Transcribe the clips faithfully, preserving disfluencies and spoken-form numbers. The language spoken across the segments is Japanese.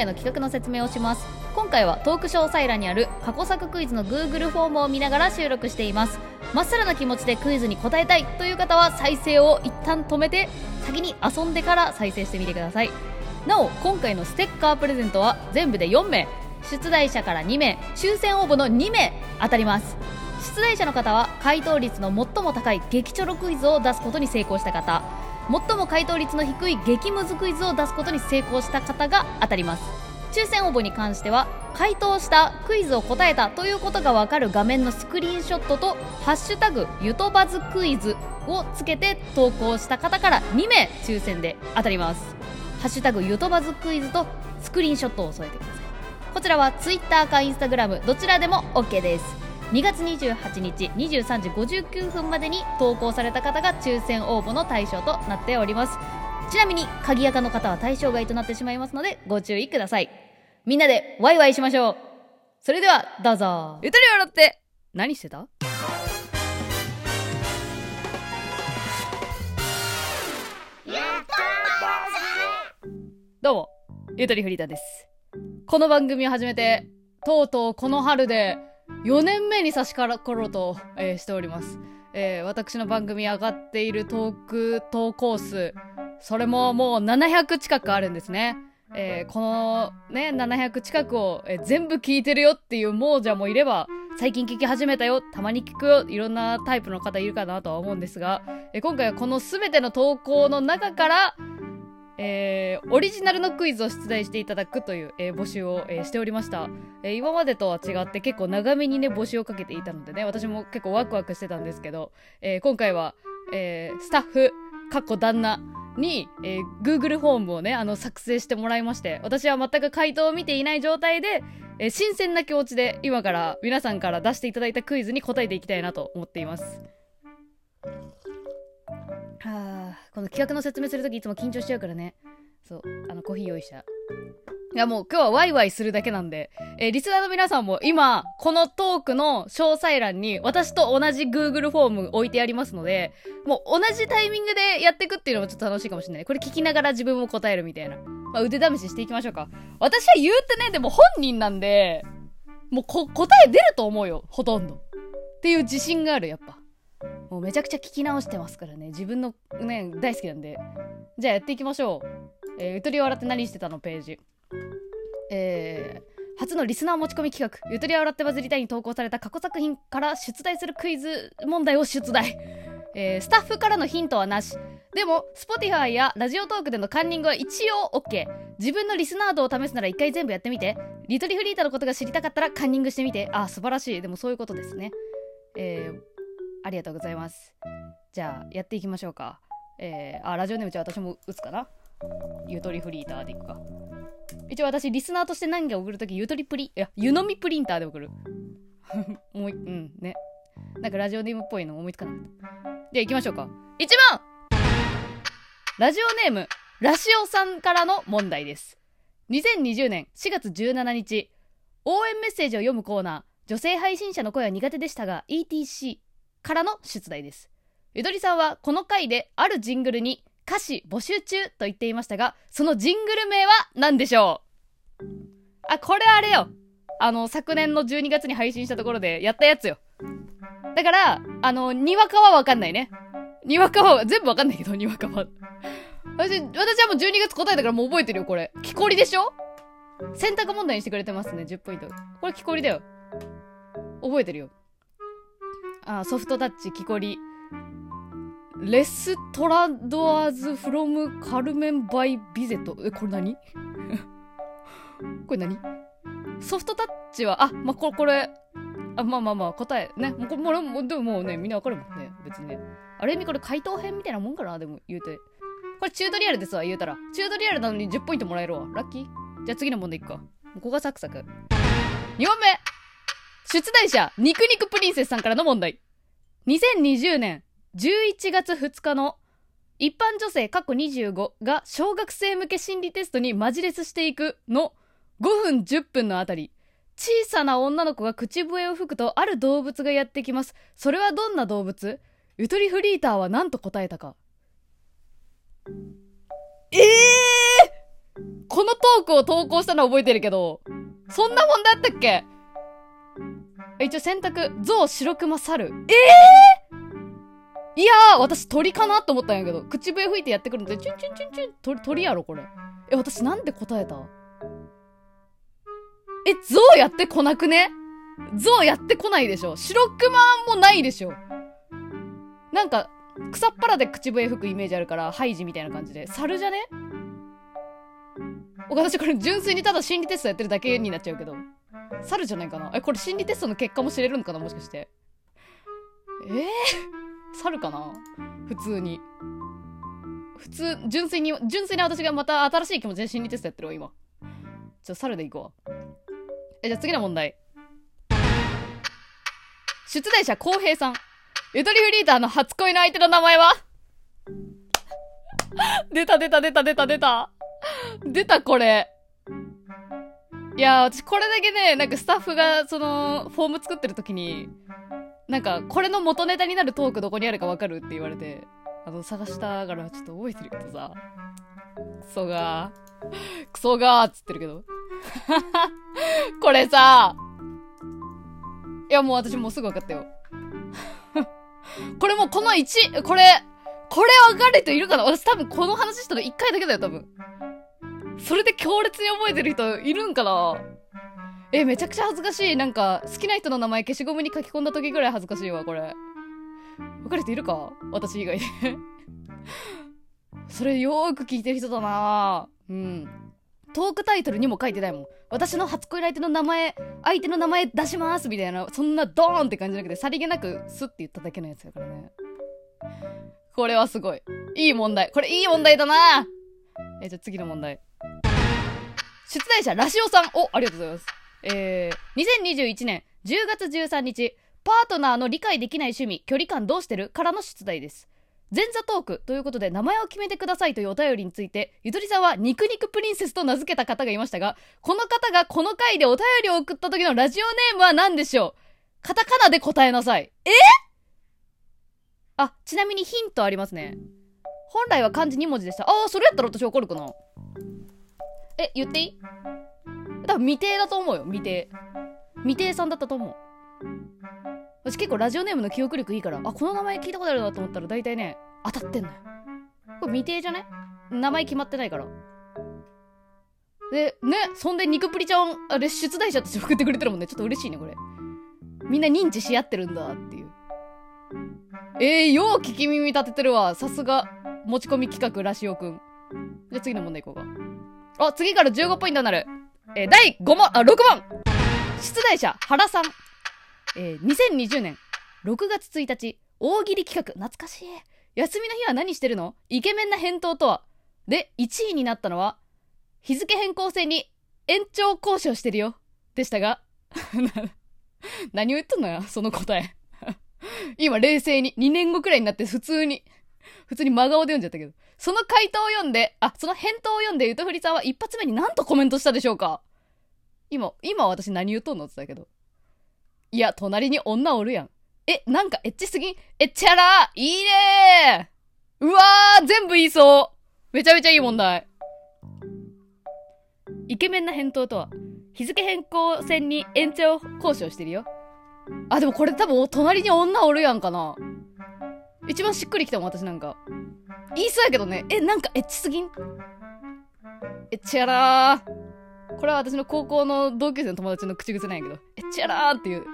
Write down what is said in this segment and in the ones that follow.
回の企画の説明をします。今回はトーク詳細欄にある過去作クイズの Google フォームを見ながら収録しています。まっさらな気持ちでクイズに答えたいという方は再生を一旦止めて先に遊んでから再生してみてください。なお今回のステッカープレゼントは全部でよんめい、出題者からにめい、抽選応募のにめい当たります。出題者の方は回答率の最も高い激チョロクイズを出すことに成功した方、最も回答率の低い激ムズクイズを出すことに成功した方が当たります。抽選応募に関しては回答したクイズを答えたということが分かる画面のスクリーンショットとハッシュタグゆとばずクイズをつけて投稿した方からにめい抽選で当たります。ハッシュタグゆとばずクイズとスクリーンショットを添えてください。こちらは Twitter か Instagram どちらでも OK です。にがつにじゅうはちにちにじゅうさんじごじゅうきゅうふんまでに投稿された方が抽選応募の対象となっております。ちなみに鍵垢の方は対象外となってしまいますのでご注意ください。みんなでワイワイしましょう。それではどうぞ。ゆとり笑って何してた？どうもゆとりフリーターです。この番組を始めてとうとうこの春でよねんめに差し掛かろうと、えー、しております。えー、私の番組上がっているトーク投稿数、それももうななひゃく近くあるんですね。えー、このねななひゃく近くを、えー、全部聞いてるよっていう亡者もいれば、最近聞き始めたよ、たまに聞くよ、いろんなタイプの方いるかなとは思うんですが、えー、今回はこの全ての投稿の中からえー、オリジナルのクイズを出題していただくという、えー、募集を、えー、しておりました。えー、今までとは違って結構長めにね募集をかけていたのでね、私も結構ワクワクしてたんですけど、えー、今回は、えー、スタッフかっこ旦那に、えー、Google フォームをねあの作成してもらいまして、私は全く回答を見ていない状態で、えー、新鮮な気持ちで今から皆さんから出していただいたクイズに答えていきたいなと思っています。はあ、この企画の説明するときいつも緊張しちゃうからね。そう、あのコーヒー用意した。いやもう今日はワイワイするだけなんで、えー、リスナーの皆さんも今このトークの詳細欄に私と同じ Google フォーム置いてありますので、もう同じタイミングでやっていくっていうのもちょっと楽しいかもしれない。これ聞きながら自分も答えるみたいな、まあ、腕試ししていきましょうか。私は言うてね、でも本人なんでもうこ答え出ると思うよ、ほとんどっていう自信がある。やっぱもうめちゃくちゃ聞き直してますからね、自分のね大好きなんで。じゃあやっていきましょう。えー、ゆとり笑って何してたのページ、えー、初のリスナー持ち込み企画、ゆとり笑ってバズりたいに投稿された過去作品から出題するクイズ問題を出題、えー、スタッフからのヒントはなし。でも Spotify やラジオトークでのカンニングは一応 OK。 自分のリスナー度を試すなら一回全部やってみて。リトリフリータのことが知りたかったらカンニングしてみて。あ、素晴らしい。でもそういうことですね。えーありがとうございます。じゃあやっていきましょうか。えー、あ、ラジオネームじゃあ私も打つかな。ゆとりフリーターでいくか。一応私リスナーとして何か送るときゆとりプリいや湯飲みプリンターで送るもううんね、なんかラジオネームっぽいの思いつかなかった。じゃあ行きましょうか。いちばんラジオネームラシオさんからの問題です。にせんにじゅうねんしがつじゅうしちにち、応援メッセージを読むコーナー、女性配信者の声は苦手でしたが イーティーシーからの出題です。ゆとりさんはこの回であるジングルに歌詞募集中と言っていましたが、そのジングル名は何でしょう？あ、これあれよ、あの昨年のじゅうにがつに配信したところでやったやつよ。だからあのにわかはわかんないね。にわかは全部わかんないけど、にわかは私、私はもうじゅうにがつ答えたからもう覚えてるよ。これ木こりでしょ。選択問題にしてくれてますね。じゅっポイント。これ木こりだよ、覚えてるよ。あ、ソフトタッチ木こりレストラドアーズフロムカルメンバイビゼト。え、これ何これ何ソフトタッチは、あ、まあ、これ、これ、あ、まあまあまあ、答え、ね。もう、これ、もう、でももうね、みんなわかるもんね。別にね。ある意味これ回答編みたいなもんかな、でも言うて。これチュートリアルですわ、言うたら。チュートリアルなのにじゅっポイントもらえるわ。ラッキー。じゃあ次の問題いくか。ここがサクサク。にもんめ出題者、肉肉プリンセスさんからの問題。にせんにじゅうねんじゅういちがつふつかの一般女性にじゅうごが小学生向け心理テストにマジレスしていくのごふんじゅっぷんのあたり、小さな女の子が口笛を吹くとある動物がやってきます。それはどんな動物？ゆとりフリーターは何と答えたか。えー、ここのトークを投稿したのは覚えてるけど、そんな問題あったっけ？一応選択、象、白熊、猿。えぇ、ー、いやー、私鳥かなと思ったんやけど、口笛吹いてやってくるので、チュンチュンチュンチュン、鳥、鳥やろ、これ。え、私なんで答えた？え、象やってこなくね？象やってこないでしょ。白熊もないでしょ。なんか、草っぱらで口笛吹くイメージあるから、ハイジみたいな感じで。猿じゃね？私これ純粋にただ心理テストやってるだけになっちゃうけど。猿じゃないかな。え、これ心理テストの結果も知れるのかなもしかして。えー、猿かな普通に。普通、純粋に、純粋に私がまた新しい気持ちで心理テストやってるわ、今。ちょ、猿でいこう。え、じゃあ次の問題。出題者、浩平さん。ゆとりフリーターの初恋の相手の名前は？出た出た出た出た出た。出たこれ。いやー、私これだけね、なんかスタッフがその、フォーム作ってる時に、なんか、これの元ネタになるトークどこにあるかわかるって言われて、あの、探したからちょっと覚えてるけどさ。クソがー。クソがーっつってるけど。これさ、いやもう私もうすぐ分かったよ。これもうこのいち、これ、これ分かる人いるかな？私多分この話したのいっかいだけだよ、多分。それで強烈に覚えてる人いるんかな？え、めちゃくちゃ恥ずかしい。なんか、好きな人の名前消しゴムに書き込んだ時ぐらい恥ずかしいわ、これ。分かる人いるか？私以外で。それよーく聞いてる人だなぁ。うん。トークタイトルにも書いてないもん。私の初恋の相手の名前、相手の名前出しますみたいな、そんなドーンって感じじゃなくて、さりげなくスッて言っただけのやつだからね。これはすごい。いい問題。これいい問題だな。え、じゃあ次の問題。出題者、ラシオさん。お、ありがとうございます。えー、にせんにじゅういちねんじゅうがつじゅうさんにち、パートナーの理解できない趣味、距離感どうしてる？からの出題です。前座トークということで名前を決めてくださいというお便りについて、ゆとりさんは肉肉プリンセスと名付けた方がいましたが、この方がこの回でお便りを送った時のラジオネームは何でしょう？カタカナで答えなさい。え？あ、ちなみにヒントありますね。本来は漢字にもじでした。ああ、それやったら私怒るかな。え、言っていい？多分未定だと思うよ、未定。未定さんだったと思う。私結構ラジオネームの記憶力いいから、あ、この名前聞いたことあるなと思ったら大体ね、当たってんのよ。これ未定じゃね？名前決まってないから。で、ね、そんで肉プリちゃん、あれ、出題者として送ってくれてるもんね。ちょっと嬉しいね、これ。みんな認知し合ってるんだっていう。えー、よう聞き耳立ててるわ。さすが、持ち込み企画、ラシオくん。じゃあ次の問題いこうか。あ、次からじゅうごポイントになる。えー、だいごもん、あ、ろくもん。出題者、原さん。えー、にせんにじゅうねんろくがつついたち、大喜利企画、懐かしい。休みの日は何してるの？イケメンな返答とは？で、いちいになったのは、日付変更線に延長交渉してるよ。でしたが、何を言っとんのや、その答え。今、冷静に、にねんごくらいになって普通に、普通に真顔で読んじゃったけど、その回答を読んで、あ、その返答を読んで、ゆとふりさんは一発目に何とコメントしたでしょうか？今、今私何言うとんのって言ったけど。いや、隣に女おるやん。え、なんかエッチすぎん？えっちゃらー、いいねー。うわー、全部言いそう。めちゃめちゃいい問題。イケメンな返答とは、日付変更線に延長交渉してるよ。あ、でもこれ多分隣に女おるやんかな。一番しっくりきたもん、私なんか。言いそうやけどね。え、なんかエッチすぎん？えっちゃらー。これは私の高校の同級生の友達の口癖なんやけど、えっちゃらーっていう。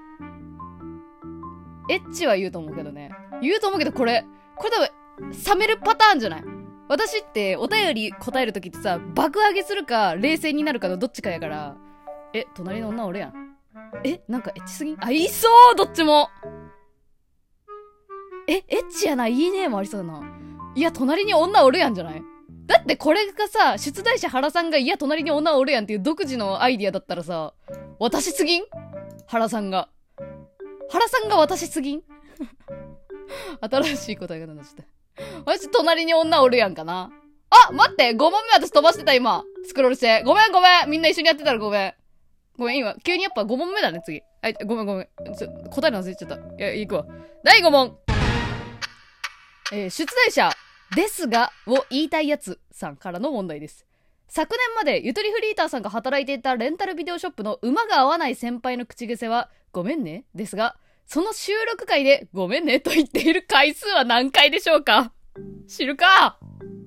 エッチは言うと思うけどね。言うと思うけど、これ、これ多分、冷めるパターンじゃない？私って、お便り答えるときってさ、爆上げするか、冷静になるかのどっちかやから、え、隣の女おるやん。え、なんかエッチすぎん？あ、いそうどっちもえ、エッチやな、いいねもありそうだな。いや、隣に女おるやんじゃない？だってこれがさ、出題者原さんが、いや、隣に女おるやんっていう独自のアイディアだったらさ、私すぎん？原さんが。原さんが私すぎん？新しい答えが出ました。私、隣に女おるやんかな。あ、待って !ご 問目私飛ばしてた今。スクロールして。ごめんごめんみんな一緒にやってたらごめん。ごめん、今、急にやっぱご問目だね、次。はい、ごめんごめん。ちょ、答えの忘れちゃった。いや、いくわ。だいご問。えー、出題者、ですが、を言いたいやつさんからの問題です。 昨年までゆとりフリーターさんが働いていたレンタルビデオショップの馬が合わない先輩の口癖はごめんねですが、その収録回でごめんねと言っている回数は何回でしょうか？知るか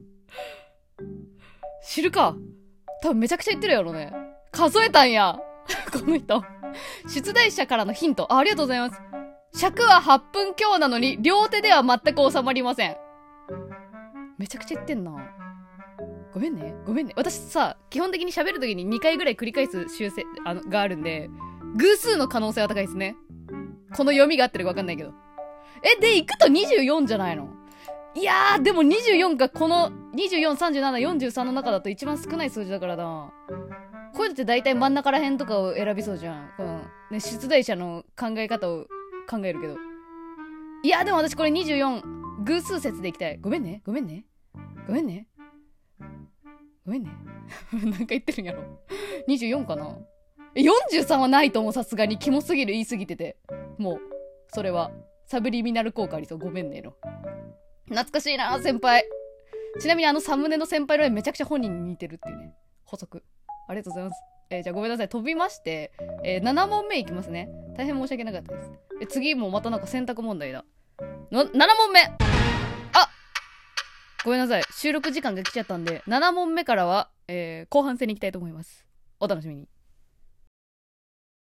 知るか多分めちゃくちゃ言ってるやろね。数えたんやこの人。出題者からのヒント あ, ありがとうございます。尺ははっぷん強なのに両手では全く収まりません。めちゃくちゃ言ってんな。ごめんねごめんね。私さ、基本的に喋るときににかいぐらい繰り返す習性あのがあるんで、偶数の可能性は高いですね。この読みが合ってるか分かんないけど。え、で、いくとにじゅうよんじゃないの？いやー、でもにじゅうよんがこのにじゅうよん、さんじゅうなな、よんじゅうさんの中だと一番少ない数字だからな。こういうのって大体真ん中ら辺とかを選びそうじゃん。このね、出題者の考え方を考えるけど。いや、でも私これにじゅうよん、偶数説でいきたい。ごめんねごめんねごめんねごめんねなんか言ってるんやろ。にじゅうよんかな。よんじゅうさんはないと思う。さすがにキモすぎる、言いすぎてて。もうそれはサブリミナル効果ありそう。ごめんねの懐かしいな先輩。ちなみにあのサムネの先輩の絵めちゃくちゃ本人に似てるっていうね、補足ありがとうございます。えー、じゃあごめんなさい、飛びまして、えー、なな問目いきますね。大変申し訳なかったです。え次もまたなんか選択問題だの。なな問目、あごめんなさい、収録時間が来ちゃったんでなな問目からは、えー、後半戦に行きたいと思います。お楽しみに。